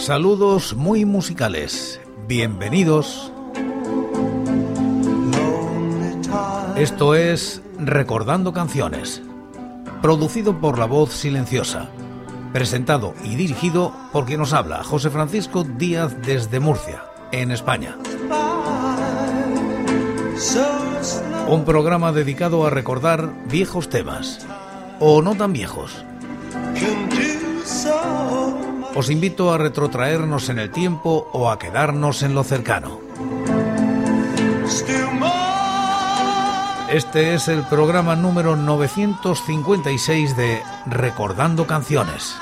Saludos muy musicales, bienvenidos. Esto es Recordando Canciones, producido por La Voz Silenciosa, presentado y dirigido por quien nos habla, José Francisco Díaz desde Murcia, en España. Un programa dedicado a recordar viejos temas, o no tan viejos. Os invito a retrotraernos en el tiempo o a quedarnos en lo cercano. Este es el programa número 956 de Recordando Canciones.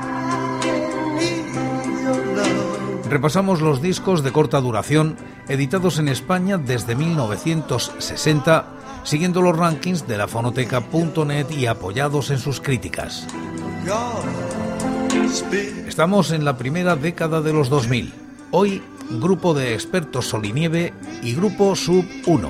Repasamos los discos de corta duración editados en España desde 1960, siguiendo los rankings de la fonoteca.net y apoyados en sus críticas. Estamos en la primera década de los 2000. Hoy, grupo de expertos Sol y Nieve y grupo Sub 1.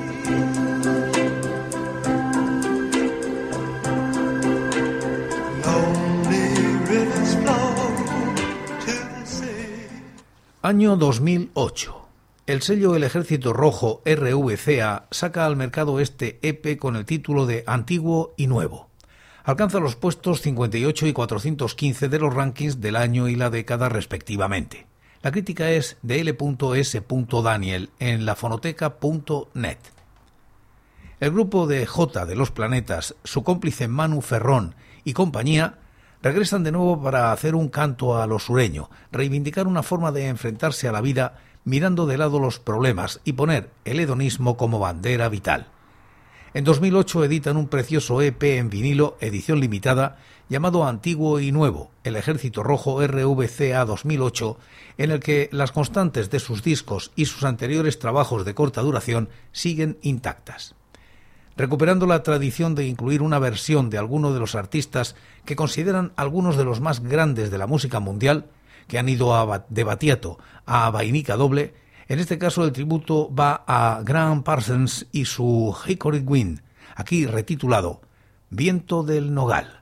Año 2008. El sello El Ejército Rojo RVCA saca al mercado este EP con el título de Antiguo y Nuevo. Alcanza los puestos 58 y 415 de los rankings del año y la década respectivamente. La crítica es de L.S. Daniel en lafonoteca.net. El grupo de J de los Planetas, su cómplice Manu Ferrón y compañía regresan de nuevo para hacer un canto a lo sureño, reivindicar una forma de enfrentarse a la vida mirando de lado los problemas y poner el hedonismo como bandera vital. En 2008 editan un precioso EP en vinilo, edición limitada, llamado Antiguo y Nuevo, El Ejército Rojo RVCA 2008, en el que las constantes de sus discos y sus anteriores trabajos de corta duración siguen intactas. Recuperando la tradición de incluir una versión de alguno de los artistas que consideran algunos de los más grandes de la música mundial, que han ido de Battiato a Vainica Doble, en este caso el tributo va a Graham Parsons y su Hickory Wind, aquí retitulado Viento del Nogal.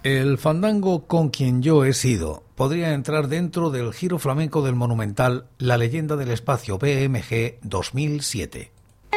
El fandango Con quien yo he sido podría entrar dentro del giro flamenco del Monumental La leyenda del espacio BMG 2007.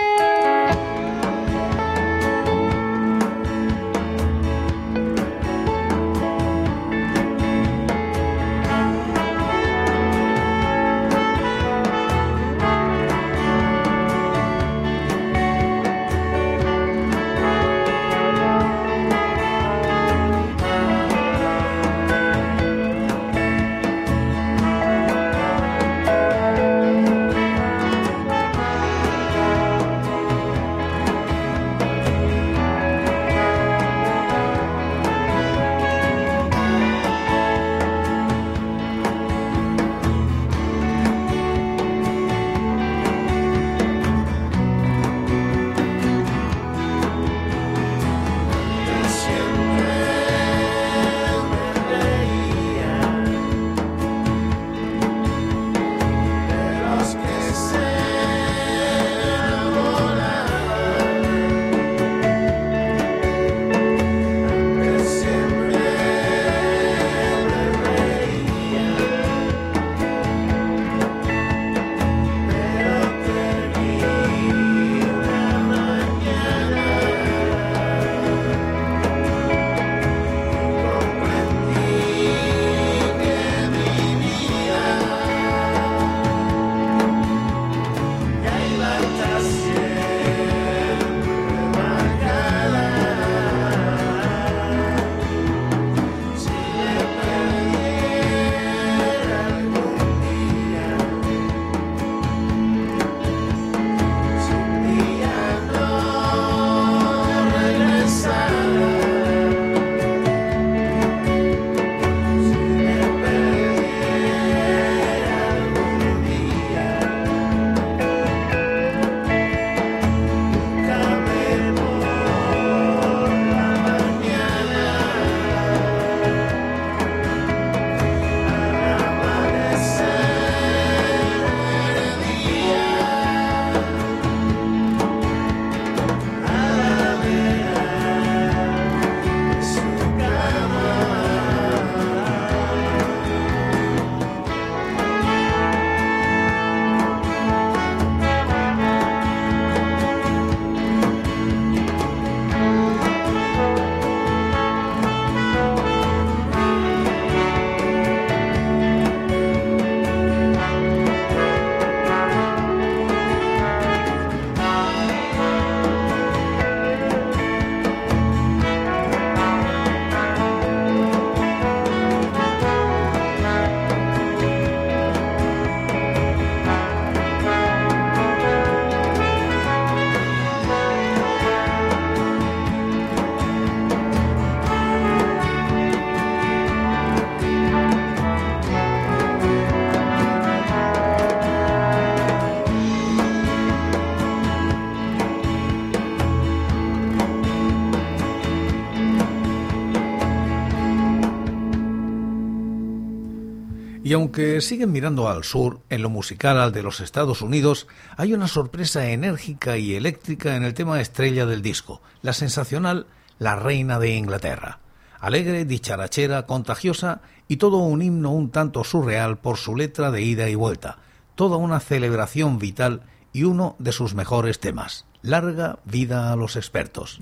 Y aunque siguen mirando al sur, en lo musical al de los Estados Unidos, hay una sorpresa enérgica y eléctrica en el tema estrella del disco, la sensacional La Reina de Inglaterra. Alegre, dicharachera, contagiosa y todo un himno un tanto surreal por su letra de ida y vuelta. Toda una celebración vital y uno de sus mejores temas. Larga vida a los expertos.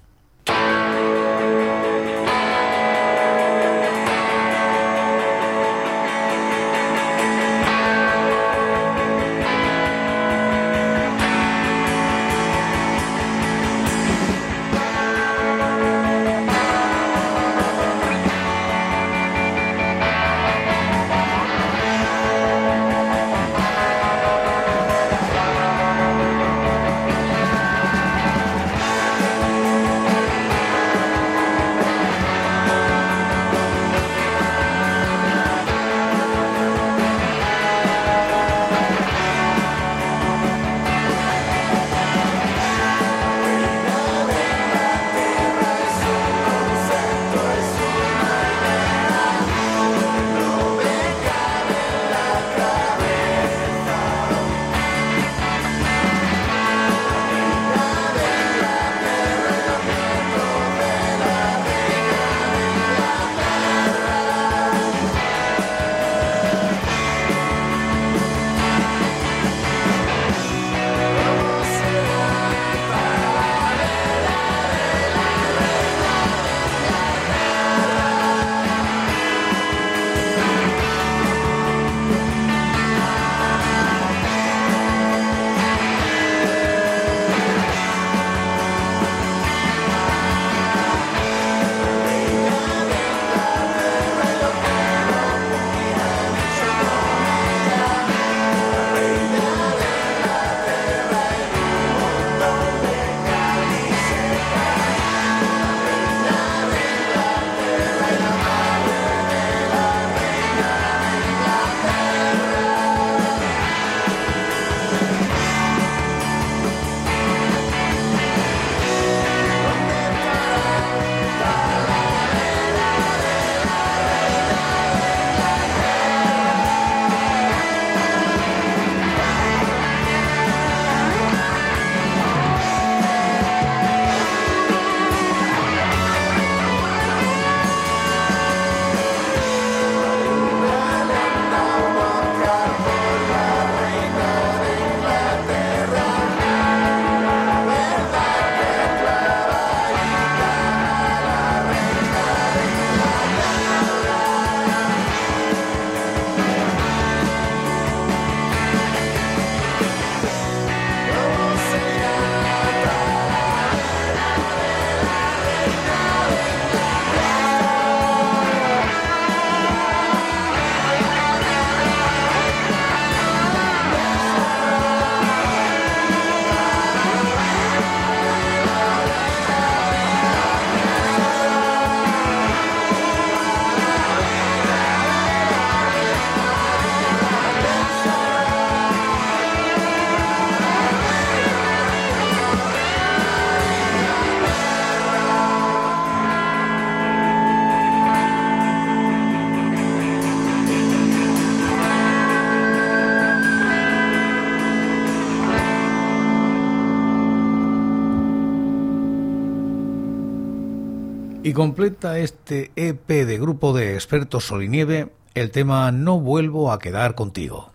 Y completa este EP de grupo de expertos Sol y Nieve el tema No vuelvo a quedar contigo.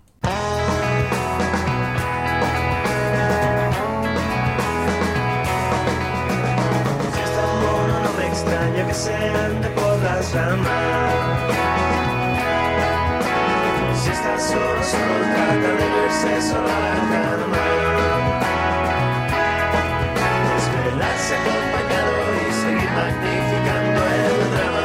Si es tan mono, no me extraña que se ande por las ramas. Si estás solo, solo trata de verse solo a la cama. Desvelarse acompañado y seguir magnificando el drama.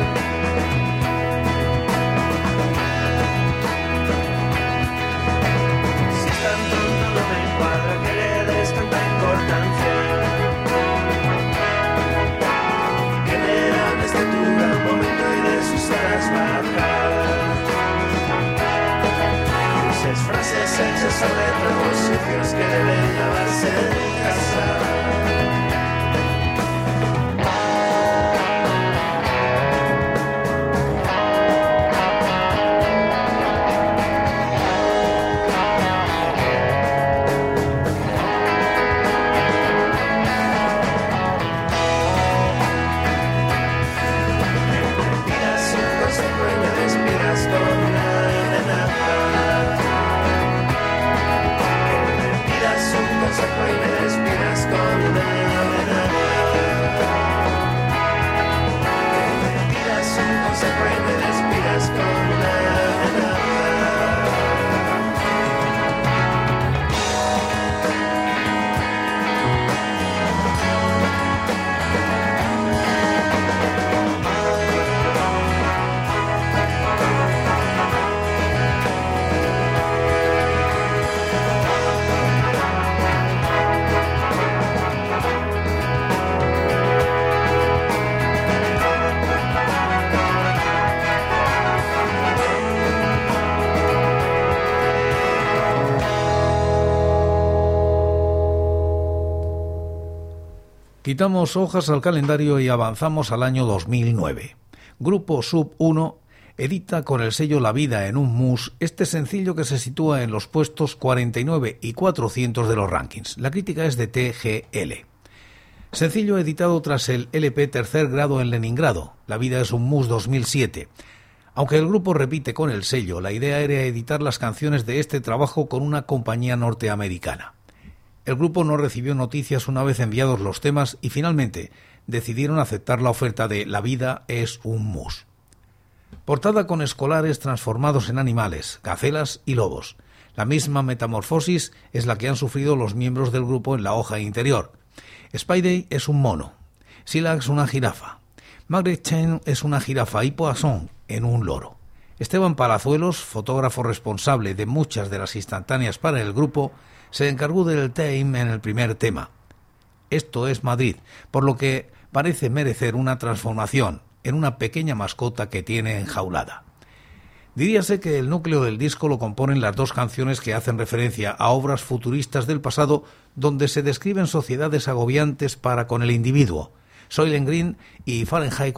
Si es tan tonto, no me encuadra que le des tanta importancia. Que le hables de tu gran momento y de sus horas bajas. Dices frases hechas sobre trapos sucios que deben lavarse en casa. Quitamos hojas al calendario y avanzamos al año 2009. Grupo Sub 1 edita con el sello La Vida en un Mus este sencillo que se sitúa en los puestos 49 y 400 de los rankings. La crítica es de TGL. Sencillo editado tras el LP Tercer Grado en Leningrado. La Vida es un Mus 2007. Aunque el grupo repite con el sello, la idea era editar las canciones de este trabajo con una compañía norteamericana. El grupo no recibió noticias una vez enviados los temas y finalmente decidieron aceptar la oferta de La Vida es un Mus. Portada con escolares transformados en animales, gacelas y lobos. La misma metamorfosis es la que han sufrido los miembros del grupo en la hoja interior. Spidey es un mono, Silax una jirafa, Margaret Chen es una jirafa y Poisson en un loro. Esteban Palazuelos, fotógrafo responsable de muchas de las instantáneas para el grupo, se encargó del theme en el primer tema. Esto es Madrid, por lo que parece merecer una transformación en una pequeña mascota que tiene enjaulada. Diríase que el núcleo del disco lo componen las dos canciones que hacen referencia a obras futuristas del pasado donde se describen sociedades agobiantes para con el individuo, Soylent Green y Fahrenheit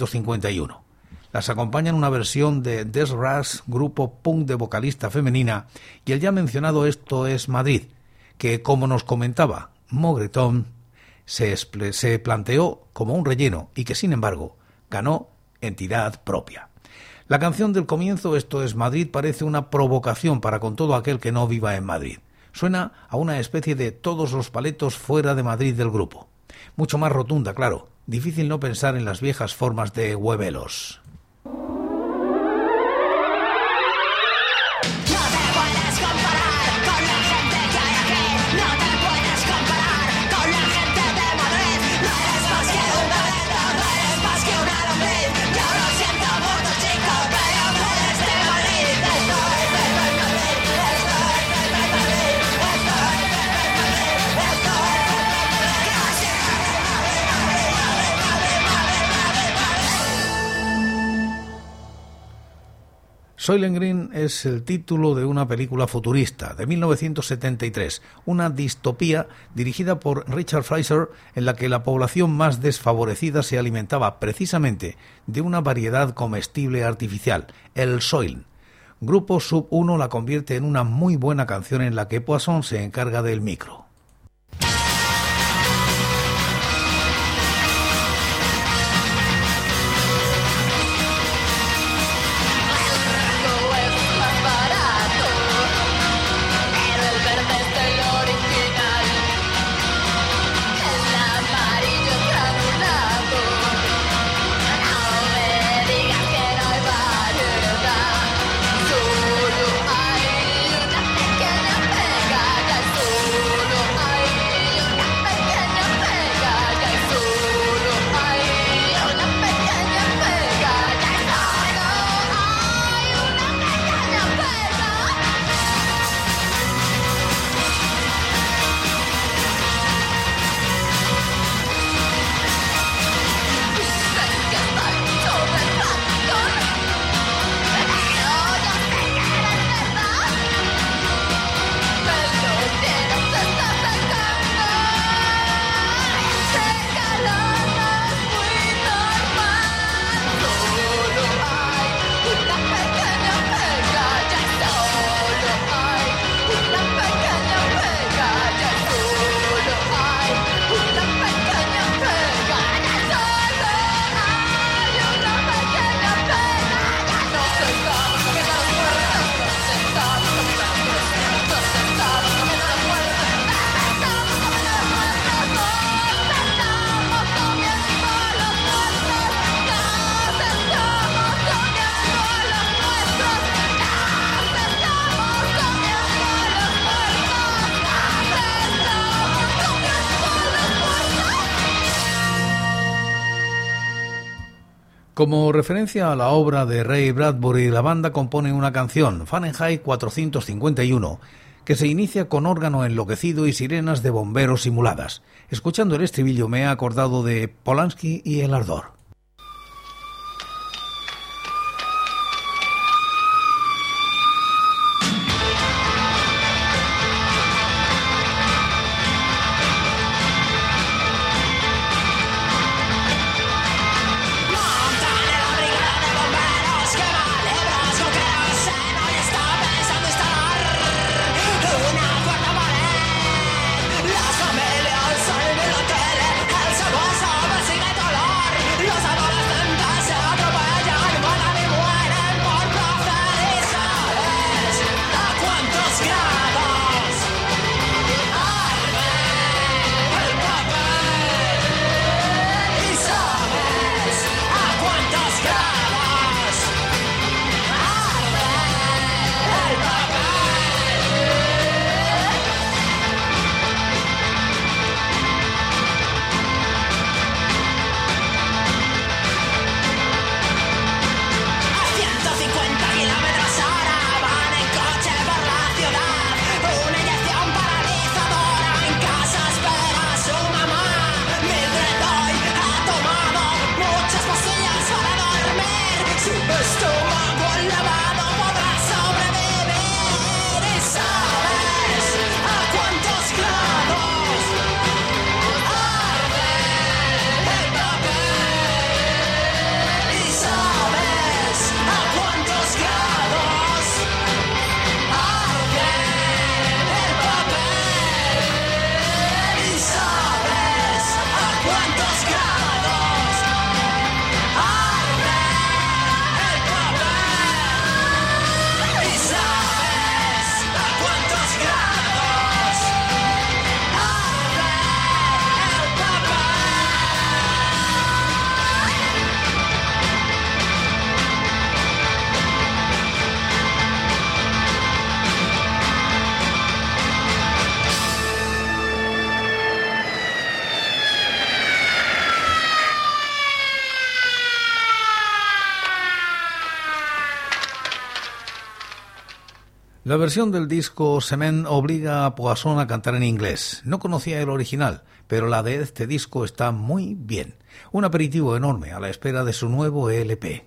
451. Las acompañan una versión de Des Ras, grupo punk de vocalista femenina, y el ya mencionado Esto es Madrid, que, como nos comentaba Mogretón, se planteó como un relleno y que, sin embargo, ganó entidad propia. La canción del comienzo, Esto es Madrid, parece una provocación para con todo aquel que no viva en Madrid. Suena a una especie de Todos los paletos fuera de Madrid del grupo. Mucho más rotunda, claro. Difícil no pensar en las viejas formas de Huevelos. Soylent Green es el título de una película futurista de 1973, una distopía dirigida por Richard Fleischer en la que la población más desfavorecida se alimentaba precisamente de una variedad comestible artificial, el Soylent. Grupo Sub 1 la convierte en una muy buena canción en la que Poisson se encarga del micro. Como referencia a la obra de Ray Bradbury, la banda compone una canción, Fahrenheit 451, que se inicia con órgano enloquecido y sirenas de bomberos simuladas. Escuchando el estribillo me he acordado de Polanski y El Ardor. La versión del disco Cement obliga a Poisson a cantar en inglés. No conocía el original, pero la de este disco está muy bien. Un aperitivo enorme a la espera de su nuevo LP.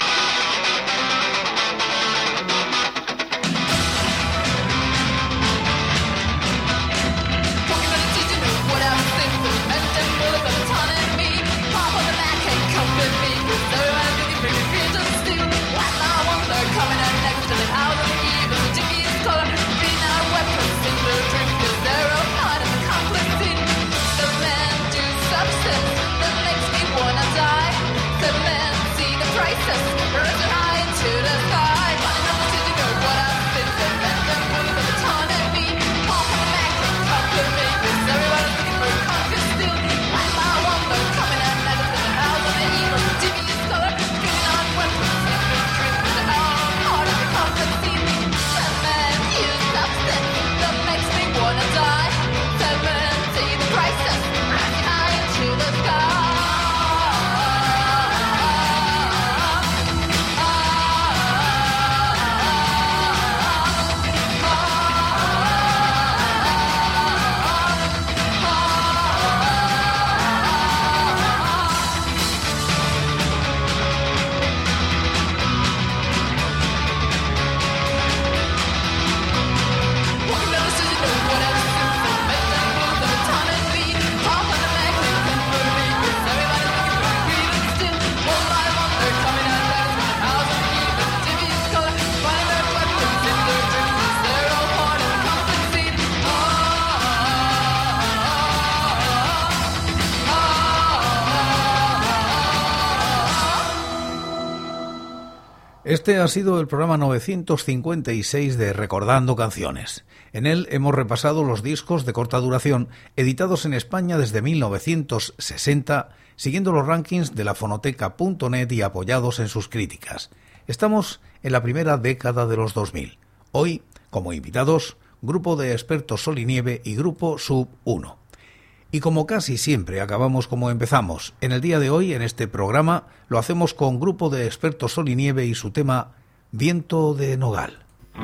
Este ha sido el programa 956 de Recordando Canciones. En él hemos repasado los discos de corta duración editados en España desde 1960, siguiendo los rankings de la fonoteca.net y apoyados en sus críticas. Estamos en la primera década de los 2000. Hoy, como invitados, Grupo de Expertos Sol y Nieve y Grupo Sub 1. Y como casi siempre acabamos como empezamos, en el día de hoy, en este programa, lo hacemos con Grupo de Expertos Sol y Nieve y su tema Viento de Nogal.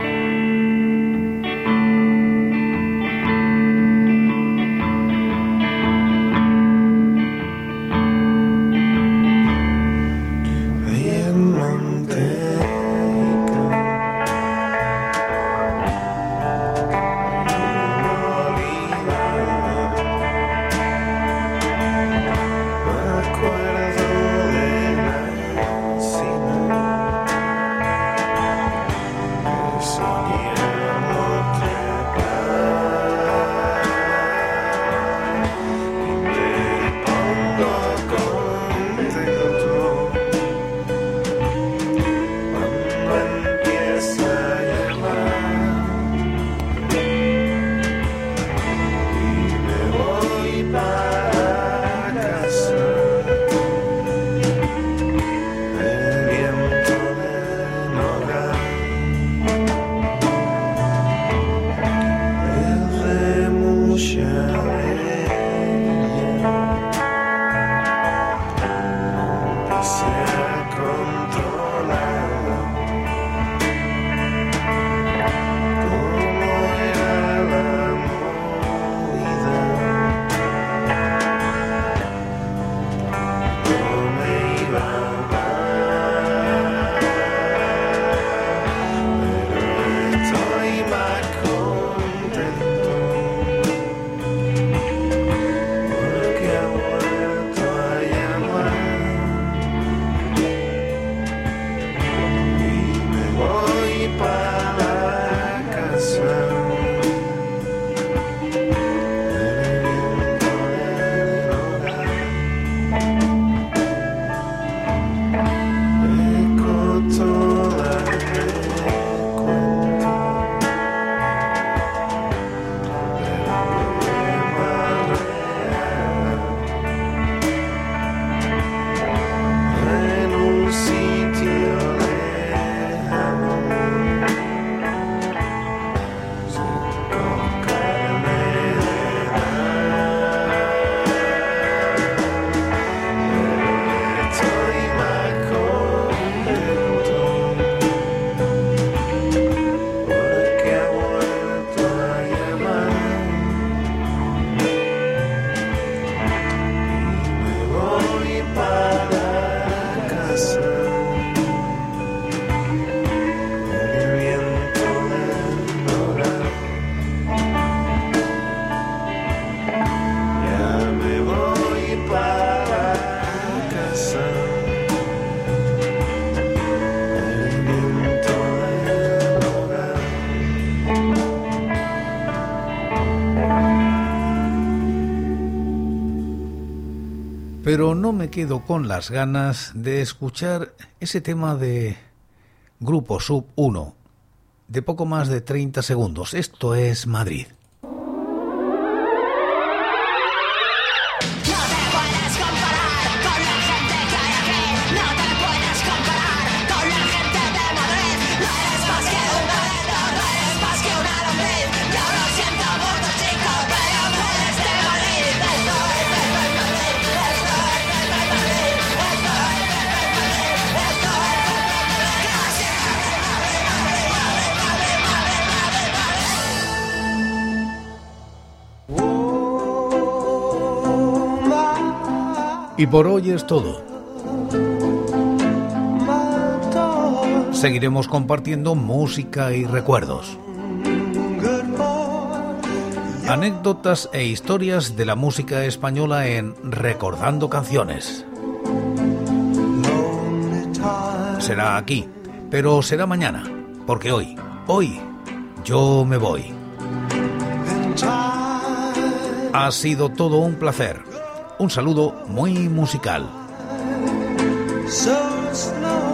Pero no me quedo con las ganas de escuchar ese tema de Grupo Sub 1, de poco más de 30 segundos. Esto es Madrid. Y por hoy es todo. Seguiremos compartiendo música y recuerdos, anécdotas e historias de la música española en Recordando Canciones. Será aquí, pero será mañana, porque hoy yo me voy. Ha sido todo un placer. Un saludo muy musical. So slow.